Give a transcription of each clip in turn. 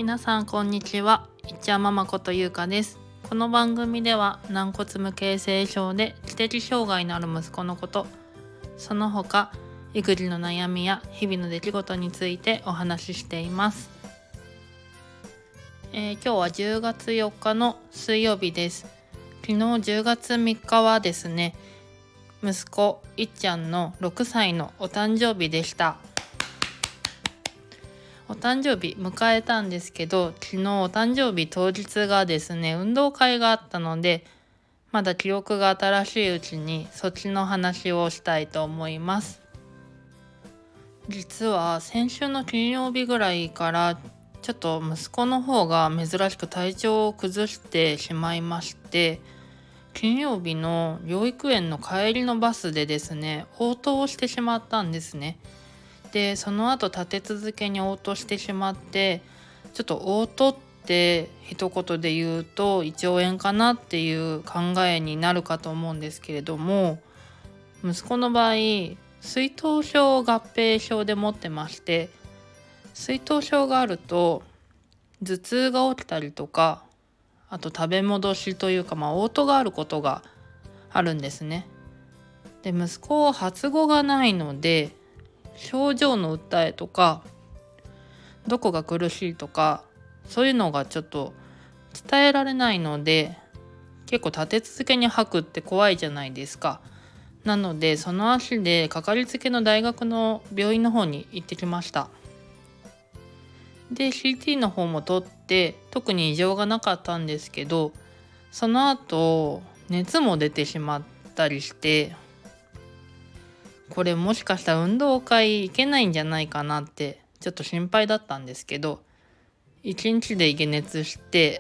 皆さんこんにちは。いっちゃんママことゆうかです。この番組では軟骨無形成症で知的障害のある息子のこと、その他育児の悩みや日々の出来事についてお話ししています。今日は10月4日の水曜日です。昨日10月3日はですね、息子いっちゃんの6歳のお誕生日でした。お誕生日迎えたんですけど、昨日お誕生日当日がですね、運動会があったので、まだ記憶が新しいうちにそっちの話をしたいと思います。実は先週の金曜日ぐらいからちょっと息子の方が珍しく体調を崩してしまいまして、金曜日の養育園の帰りのバスでですね、嘔吐をしてしまったんですね。でその後立て続けに嘔吐してしまって、ちょっと嘔吐って一言で言うと胃腸炎かなっていう考えになるかと思うんですけれども、息子の場合水頭症合併症で持ってまして、水頭症があると頭痛が起きたりとか、あと食べ戻しというか、嘔吐があることがあるんですね。で息子は発語がないので、症状の訴えとかどこが苦しいとかそういうのがちょっと伝えられないので、結構立て続けに吐くって怖いじゃないですか。なのでその足でかかりつけの大学の病院の方に行ってきました。で CT の方も取って特に異常がなかったんですけど、その後熱も出てしまったりして、これもしかしたら運動会行けないんじゃないかなってちょっと心配だったんですけど、1日で解熱して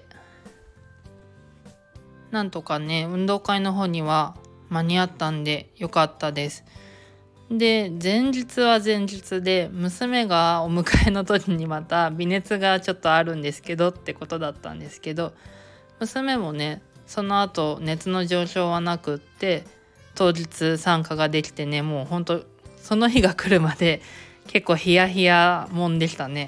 なんとかね運動会の方には間に合ったんでよかったです。で前日は前日で、娘がお迎えの時にまた微熱がちょっとあるんですけどってことだったんですけど、娘もねその後熱の上昇はなくって当日参加ができてね、もうほんとその日が来るまで結構ヒヤヒヤもんでしたね。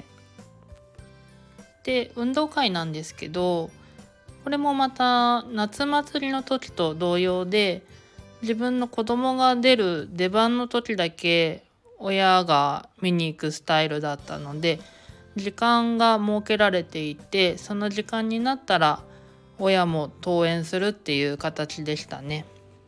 で運動会なんですけど、これもまた夏祭りの時と同様で、自分の子供が出る出番の時だけ親が見に行くスタイルだったので、時間が設けられていて、その時間になったら親も登園するっていう形でしたね。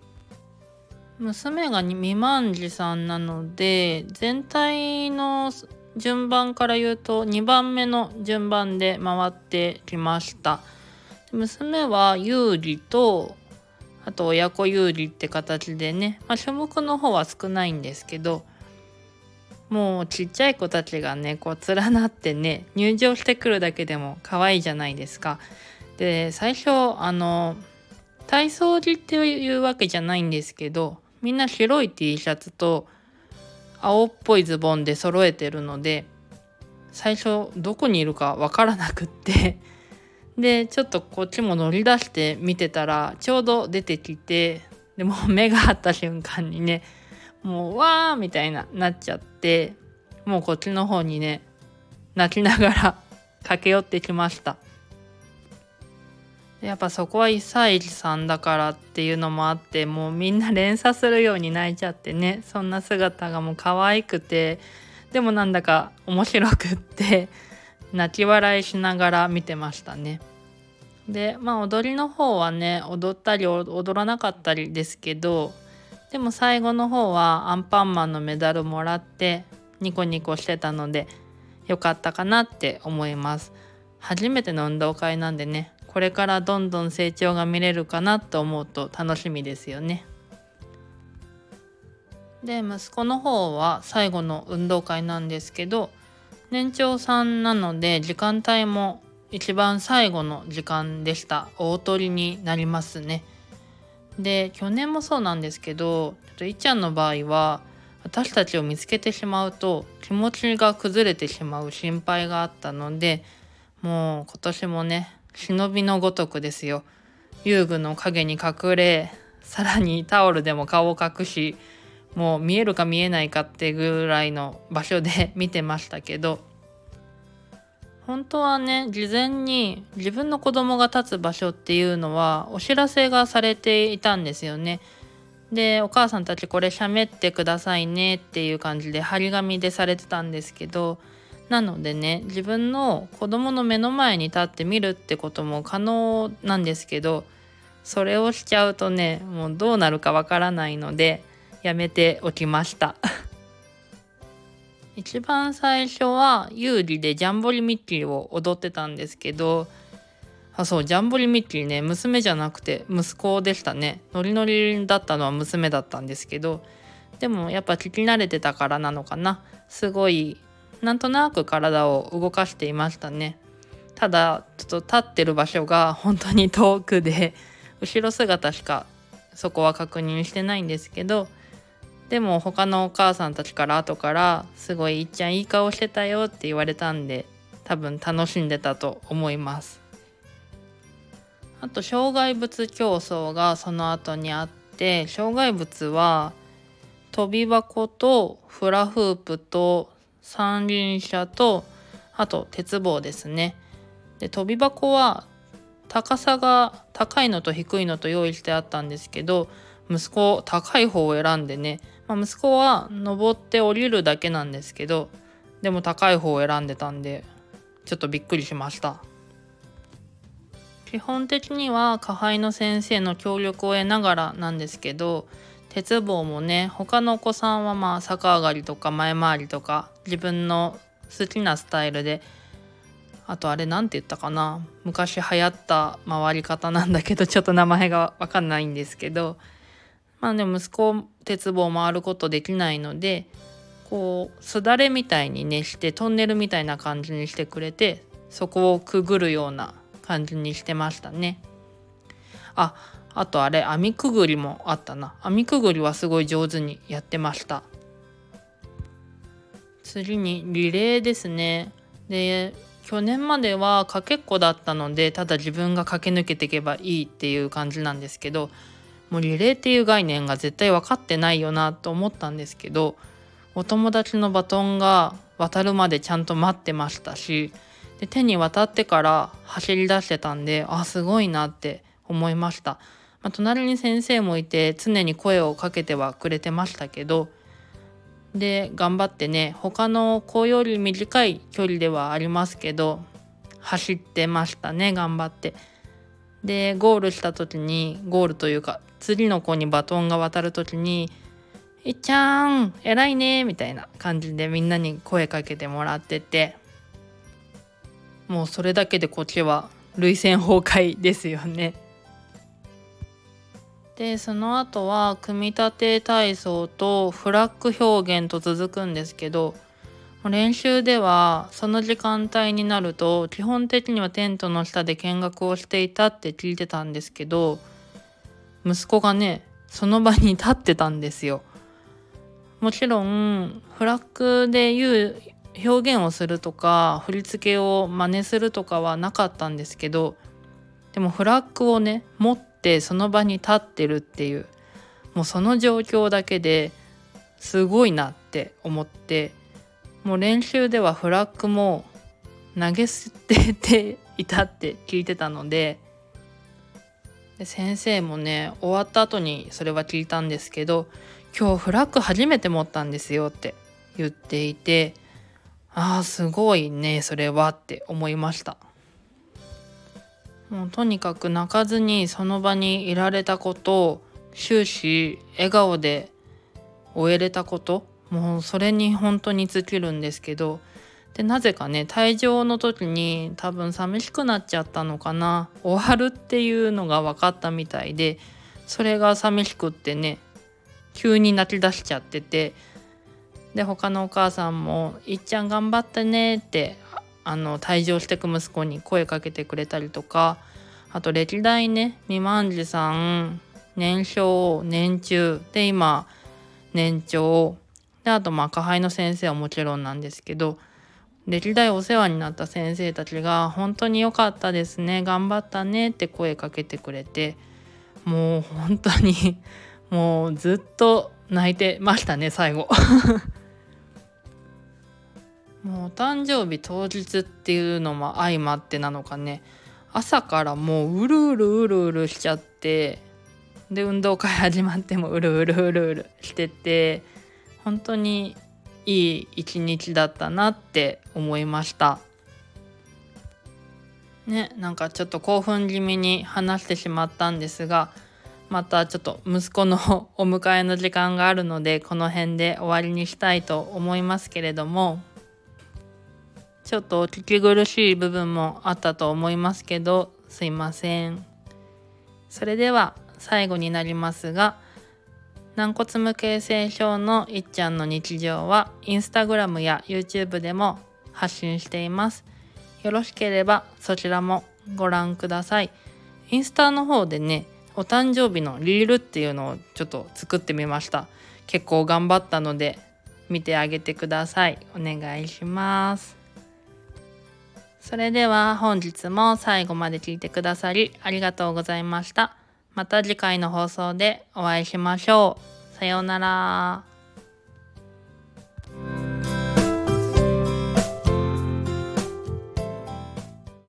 娘が未満児さんなので、全体の順番から言うと2番目の順番で回ってきました。娘は有利と、あと親子有利って形でね、種目の方は少ないんですけど、もうちっちゃい子たちがねこう連なってね入場してくるだけでも可愛いじゃないですか。で最初体操着っていうわけじゃないんですけど、みんな白い T シャツと青っぽいズボンで揃えてるので、最初どこにいるかわからなくってでちょっとこっちも乗り出して見てたらちょうど出てきて、でも目が合った瞬間にねもうわーみたいなっちゃって、もうこっちの方にね泣きながら駆け寄ってきました。やっぱそこは1歳児さんだからっていうのもあって、もうみんな連鎖するように泣いちゃってね、そんな姿がもう可愛くて、でもなんだか面白くって泣き笑いしながら見てましたね。で踊りの方はね踊ったり踊らなかったりですけど、でも最後の方はアンパンマンのメダルもらってニコニコしてたのでよかったかなって思います。初めての運動会なんでね、これからどんどん成長が見れるかなと思うと楽しみですよね。で息子の方は最後の運動会なんですけど、年長さんなので時間帯も一番最後の時間でした。大取りになりますね。で去年もそうなんですけど、ちょっといっちゃんの場合は私たちを見つけてしまうと気持ちが崩れてしまう心配があったので、もう今年もね忍びのごとくですよ、遊具の影に隠れ、さらにタオルでも顔を隠し、もう見えるか見えないかってぐらいの場所で見てましたけど、 本当はね、事前に自分の子供が立つ場所っていうのはお知らせがされていたんですよね。で、お母さんたちこれ喋ってくださいねっていう感じで張り紙でされてたんですけど、なのでね、自分の子供の目の前に立って見るってことも可能なんですけど、それをしちゃうとね、もうどうなるかわからないのでやめておきました一番最初は有利でジャンボリミッキーを踊ってたんですけど、そう、ジャンボリミッキーね、娘じゃなくて息子でしたね。ノリノリだったのは娘だったんですけど、でもやっぱ聞き慣れてたからなのかな、すごいなんとなく体を動かしていましたね。ただちょっと立ってる場所が本当に遠くで後ろ姿しかそこは確認してないんですけど、でも他のお母さんたちから後からすごいいっちゃんいい顔してたよって言われたんで、多分楽しんでたと思います。あと障害物競争がその後にあって、障害物は跳び箱とフラフープと三輪車とあと鉄棒ですね。で、跳び箱は高さが高いのと低いのと用意してあったんですけど、息子高い方を選んでね、息子は登って降りるだけなんですけど、でも高い方を選んでたんでちょっとびっくりしました。基本的には下輩の先生の協力を得ながらなんですけど、鉄棒もね、他のお子さんは逆上がりとか前回りとか自分の好きなスタイルで、あとあれなんて言ったかな、昔流行った回り方なんだけどちょっと名前がわかんないんですけど、でも息子鉄棒を回ることできないので、こうすだれみたいにねしてトンネルみたいな感じにしてくれて、そこをくぐるような感じにしてましたね。あとあれ網くぐりもあったな。網くぐりはすごい上手にやってました。次にリレーですね。で、去年まではかけっこだったので、ただ自分が駆け抜けていけばいいっていう感じなんですけど、もうリレーっていう概念が絶対分かってないよなと思ったんですけど、お友達のバトンが渡るまでちゃんと待ってましたし、で手に渡ってから走り出してたんで、すごいなって思いました。隣に先生もいて常に声をかけてはくれてましたけど、で頑張ってね、他の子より短い距離ではありますけど走ってましたね、頑張って。でゴールした時に、ゴールというか次の子にバトンが渡る時に、いっちゃん偉いねみたいな感じでみんなに声かけてもらってて、もうそれだけでこっちは涙腺崩壊ですよね。でその後は組み立て体操とフラッグ表現と続くんですけど、練習ではその時間帯になると基本的にはテントの下で見学をしていたって聞いてたんですけど、息子がねその場に立ってたんですよ。もちろんフラッグで言う表現をするとか振り付けを真似するとかはなかったんですけど、でもフラッグをね持ってその場に立ってるっていう、もうその状況だけですごいなって思って、もう練習ではフラッグも投げ捨てていたって聞いてたので、先生もね終わった後にそれは聞いたんですけど、今日フラッグ初めて持ったんですよって言っていて、すごいねそれはって思いました。もうとにかく泣かずにその場にいられたこと、終始笑顔で終えれたこと、もうそれに本当に尽きるんですけど、でなぜかね退場の時に多分寂しくなっちゃったのかな、終わるっていうのが分かったみたいで、それが寂しくってね急に泣き出しちゃってて、で他のお母さんもいっちゃん頑張ったねって退場してく息子に声かけてくれたりとか、あと歴代ね未満児さん、年少年中で今年長で、あと下輩の先生はもちろんなんですけど、歴代お世話になった先生たちが本当に良かったですね、頑張ったねって声かけてくれて、もう本当にもうずっと泣いてましたね最後もうお誕生日当日っていうのも相まってなのかね、朝からもううるうるうるうるしちゃって、で運動会始まってもうるうるうるうるしてて、本当にいい一日だったなって思いましたね。なんかちょっと興奮気味に話してしまったんですが、またちょっと息子のお迎えの時間があるので、この辺で終わりにしたいと思いますけれども、ちょっとお聞き苦しい部分もあったと思いますけど、すいません。それでは最後になりますが、軟骨無形成症のいっちゃんの日常はインスタグラムや YouTube でも発信しています。よろしければそちらもご覧ください。インスタの方でね、お誕生日のリールっていうのをちょっと作ってみました。結構頑張ったので見てあげてください。お願いします。それでは本日も最後まで聞いてくださりありがとうございました。また次回の放送でお会いしましょう。さようなら。